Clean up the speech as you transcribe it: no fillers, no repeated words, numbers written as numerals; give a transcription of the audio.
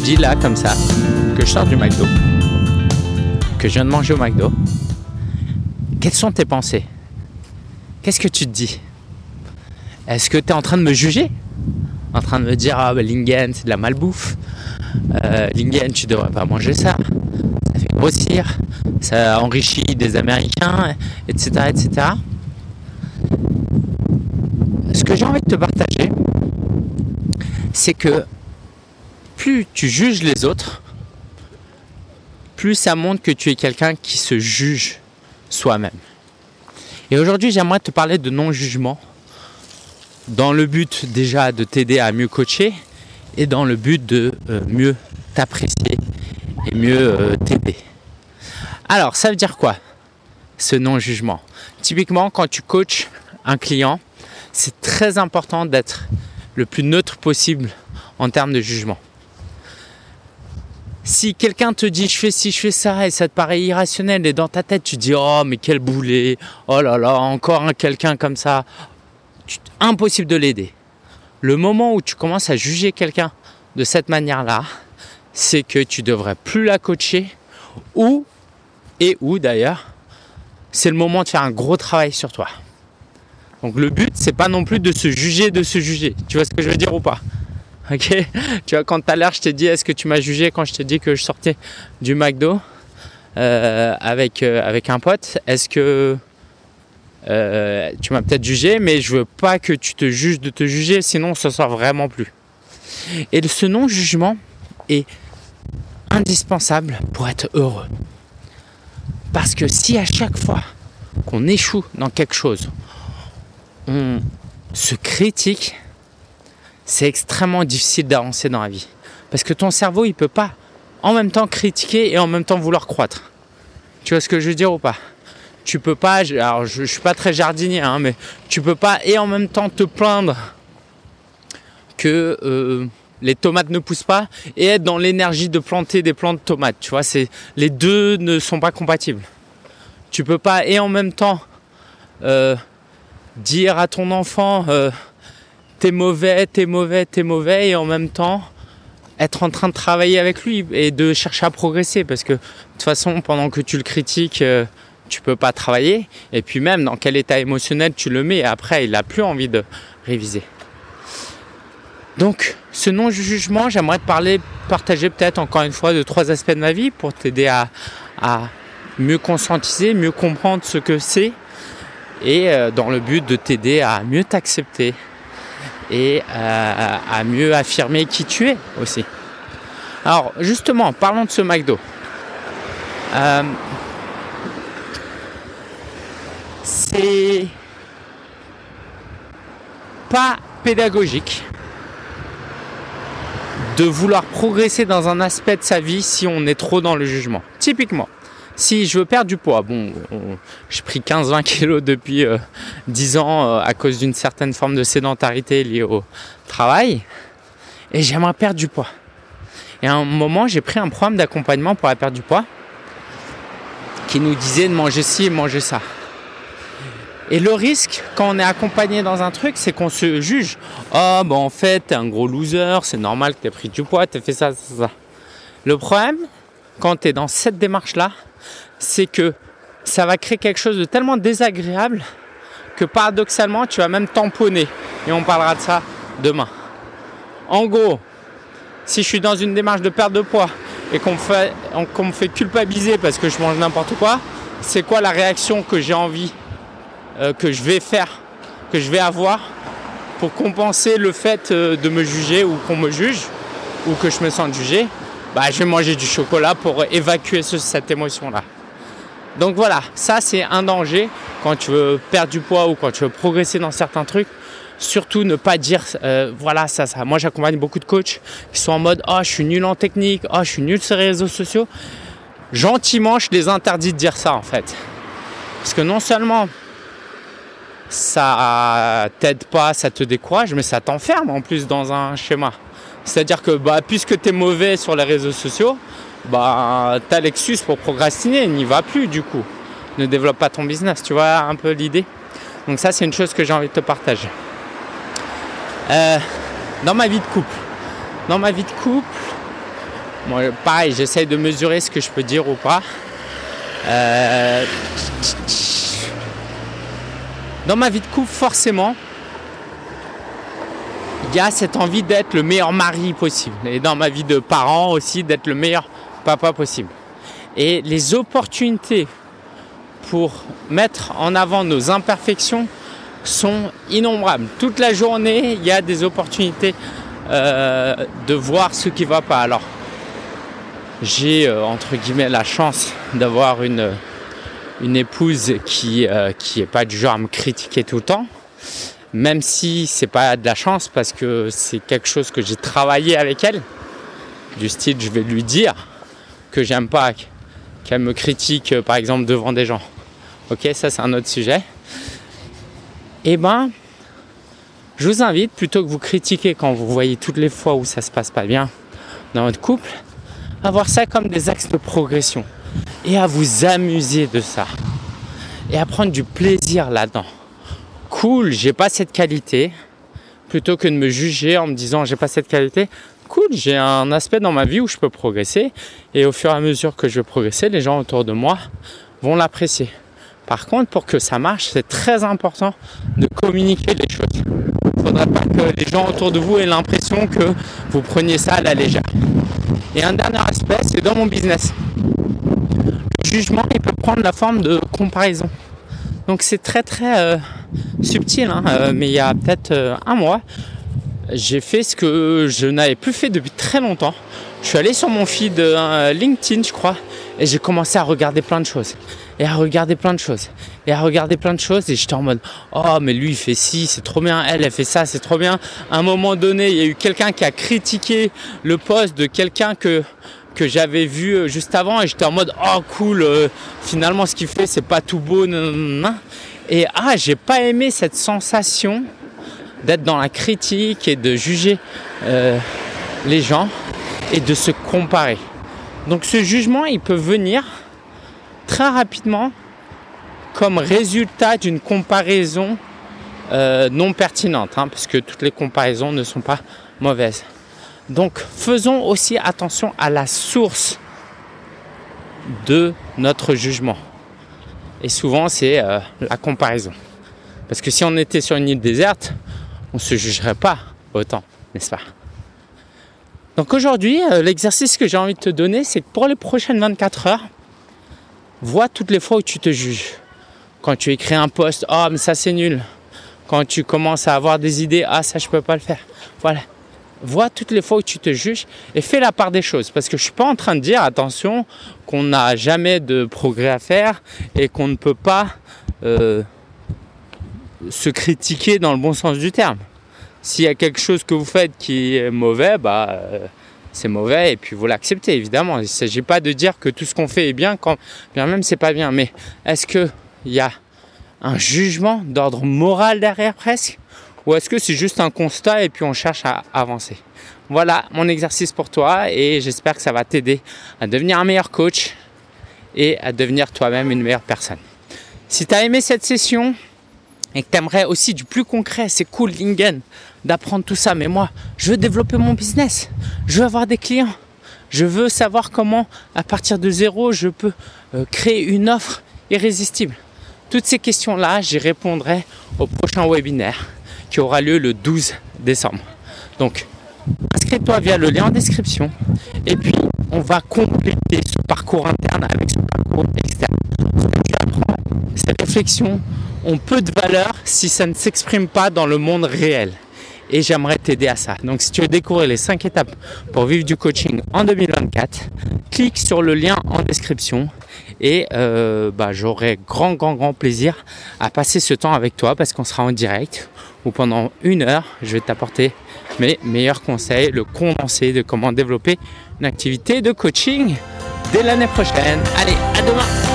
dis là, comme ça, que je sors du McDo, que je viens de manger au McDo, quelles sont tes pensées? Qu'est-ce que tu te dis? Est-ce que tu es en train de me juger? En train de me dire, ah bah Lingen, c'est de la malbouffe. Lingen, tu devrais pas manger ça. Ça fait grossir. Ça enrichit des Américains, etc., etc. Ce que j'ai envie de te partager, c'est que plus tu juges les autres, plus ça montre que tu es quelqu'un qui se juge soi-même. Et aujourd'hui, j'aimerais te parler de non-jugement dans le but déjà de t'aider à mieux coacher et dans le but de mieux t'apprécier et mieux t'aider. Alors, ça veut dire quoi, ce non-jugement? Typiquement, quand tu coaches un client, c'est très important d'être le plus neutre possible en termes de jugement. Si quelqu'un te dit je fais ci, je fais ça et ça te paraît irrationnel et dans ta tête tu te dis oh mais quel boulet, oh là là, encore quelqu'un comme ça, impossible de l'aider. Le moment où tu commences à juger quelqu'un de cette manière-là, c'est que tu devrais plus la coacher ou d'ailleurs, c'est le moment de faire un gros travail sur toi. Donc le but, c'est pas non plus de se juger. Tu vois ce que je veux dire ou pas? Ok? Tu vois, quand tout à l'heure, je t'ai dit, est-ce que tu m'as jugé quand je t'ai dit que je sortais du McDo avec un pote? Est-ce que tu m'as peut-être jugé, mais je veux pas que tu te juges de te juger, sinon on s'en sort vraiment plus. Et ce non-jugement est indispensable pour être heureux. Parce que si à chaque fois qu'on échoue dans quelque chose, on se critique, c'est extrêmement difficile d'avancer dans la vie. Parce que ton cerveau, il ne peut pas en même temps critiquer et en même temps vouloir croître. Tu vois ce que je veux dire ou pas? Tu peux pas, alors je ne suis pas très jardinier, mais tu peux pas et en même temps te plaindre que les tomates ne poussent pas et être dans l'énergie de planter des plants de tomates. Tu vois, les deux ne sont pas compatibles. Tu peux pas et en même temps dire à ton enfant t'es mauvais et en même temps être en train de travailler avec lui et de chercher à progresser parce que de toute façon pendant que tu le critiques tu peux pas travailler et puis même dans quel état émotionnel tu le mets et après il a plus envie de réviser. Donc ce non-jugement, j'aimerais te partager peut-être encore une fois de 3 aspects de ma vie pour t'aider à mieux conscientiser, mieux comprendre ce que c'est et dans le but de t'aider à mieux t'accepter et à mieux affirmer qui tu es aussi. Alors justement, parlons de ce McDo. C'est pas pédagogique de vouloir progresser dans un aspect de sa vie si on est trop dans le jugement. Typiquement, si je veux perdre du poids, j'ai pris 15-20 kilos depuis 10 ans à cause d'une certaine forme de sédentarité liée au travail et j'aimerais perdre du poids. Et à un moment, j'ai pris un programme d'accompagnement pour la perte du poids qui nous disait de manger ci et manger ça. Et le risque, quand on est accompagné dans un truc, c'est qu'on se juge. Oh, en fait, t'es un gros loser, c'est normal que t'aies pris du poids, t'as fait ça. Le problème, quand t'es dans cette démarche-là, c'est que ça va créer quelque chose de tellement désagréable que paradoxalement, tu vas même tamponner. Et on parlera de ça demain. En gros, si je suis dans une démarche de perte de poids et qu'on me fait culpabiliser parce que je mange n'importe quoi, c'est quoi la réaction que j'ai envie que je vais avoir pour compenser le fait de me juger ou qu'on me juge ou que je me sente jugé? Je vais manger du chocolat pour évacuer cette émotion-là. Donc voilà, ça c'est un danger quand tu veux perdre du poids ou quand tu veux progresser dans certains trucs. Surtout ne pas dire voilà ça. Moi j'accompagne beaucoup de coachs qui sont en mode je suis nul en technique, je suis nul sur les réseaux sociaux. Gentiment, je les interdis de dire ça en fait. Parce que non seulement ça t'aide pas, ça te décourage, mais ça t'enferme en plus dans un schéma. C'est-à-dire que puisque tu es mauvais sur les réseaux sociaux, t'as l'excuse pour procrastiner, n'y va plus du coup. Ne développe pas ton business, tu vois un peu l'idée. Donc ça c'est une chose que j'ai envie de te partager. Dans ma vie de couple, Moi, pareil, j'essaye de mesurer ce que je peux dire ou pas. Dans ma vie de couple, forcément, il y a cette envie d'être le meilleur mari possible. Et dans ma vie de parent aussi, d'être le meilleur papa possible. Et les opportunités pour mettre en avant nos imperfections sont innombrables. Toute la journée, il y a des opportunités de voir ce qui ne va pas. Alors, j'ai entre guillemets la chance d'avoir une épouse qui est pas du genre à me critiquer tout le temps, même si c'est pas de la chance parce que c'est quelque chose que j'ai travaillé avec elle. Du style, je vais lui dire que j'aime pas qu'elle me critique par exemple devant des gens. Ok, ça c'est un autre sujet. Et je vous invite, plutôt que vous critiquer quand vous voyez toutes les fois où ça se passe pas bien dans votre couple, à voir ça comme des axes de progression et à vous amuser de ça et à prendre du plaisir là-dedans. Cool, j'ai pas cette qualité, plutôt que de me juger en me disant j'ai pas cette qualité. Cool, j'ai un aspect dans ma vie où je peux progresser et au fur et à mesure que je vais progresser, les gens autour de moi vont l'apprécier. Par contre, pour que ça marche, c'est très important de communiquer les choses. Il ne faudrait pas que les gens autour de vous aient l'impression que vous preniez ça à la légère. Et un dernier aspect, c'est dans mon business. Le jugement, il peut prendre la forme de comparaison. Donc c'est très très subtil, mais il y a peut-être un mois, j'ai fait ce que je n'avais plus fait depuis très longtemps. Je suis allé sur mon feed LinkedIn, je crois, et j'ai commencé à regarder plein de choses. Et à regarder plein de choses. Et j'étais en mode oh mais lui il fait ci, c'est trop bien, elle fait ça, c'est trop bien. À un moment donné, il y a eu quelqu'un qui a critiqué le post de quelqu'un que j'avais vu juste avant et j'étais en mode oh cool, finalement ce qu'il fait c'est pas tout beau, nanana. Et j'ai pas aimé cette sensation d'être dans la critique et de juger les gens et de se comparer. Donc ce jugement il peut venir très rapidement comme résultat d'une comparaison non pertinente, parce que toutes les comparaisons ne sont pas mauvaises. Donc faisons aussi attention à la source de notre jugement. Et souvent c'est la comparaison. Parce que si on était sur une île déserte, on ne se jugerait pas autant, n'est-ce pas ? Donc aujourd'hui, l'exercice que j'ai envie de te donner, c'est que pour les prochaines 24 heures, vois toutes les fois où tu te juges. Quand tu écris un post, oh mais ça c'est nul. Quand tu commences à avoir des idées, ça je peux pas le faire. Voilà. Vois toutes les fois où tu te juges et fais la part des choses. Parce que je suis pas en train de dire, attention, qu'on n'a jamais de progrès à faire et qu'on ne peut pas se critiquer dans le bon sens du terme. S'il y a quelque chose que vous faites qui est mauvais, c'est mauvais et puis vous l'acceptez évidemment. Il ne s'agit pas de dire que tout ce qu'on fait est bien quand bien même c'est pas bien. Mais est-ce qu'il y a un jugement d'ordre moral derrière presque ? Ou est-ce que c'est juste un constat et puis on cherche à avancer ? Voilà mon exercice pour toi et j'espère que ça va t'aider à devenir un meilleur coach et à devenir toi-même une meilleure personne. Si tu as aimé cette session et que tu aimerais aussi du plus concret, c'est cool Lingen d'apprendre tout ça. Mais moi, je veux développer mon business. Je veux avoir des clients. Je veux savoir comment, à partir de zéro, je peux créer une offre irrésistible. Toutes ces questions-là, j'y répondrai au prochain webinaire qui aura lieu le 12 décembre. Donc, inscris-toi via le lien en description et puis on va compléter ce parcours interne avec ce parcours externe. Ce que tu apprends, ces réflexions ont peu de valeur si ça ne s'exprime pas dans le monde réel. Et j'aimerais t'aider à ça. Donc si tu veux découvrir les 5 étapes pour vivre du coaching en 2024, clique sur le lien en description et j'aurai grand plaisir à passer ce temps avec toi parce qu'on sera en direct où pendant 1 heure, je vais t'apporter mes meilleurs conseils, le condensé de comment développer une activité de coaching dès l'année prochaine. Allez, à demain!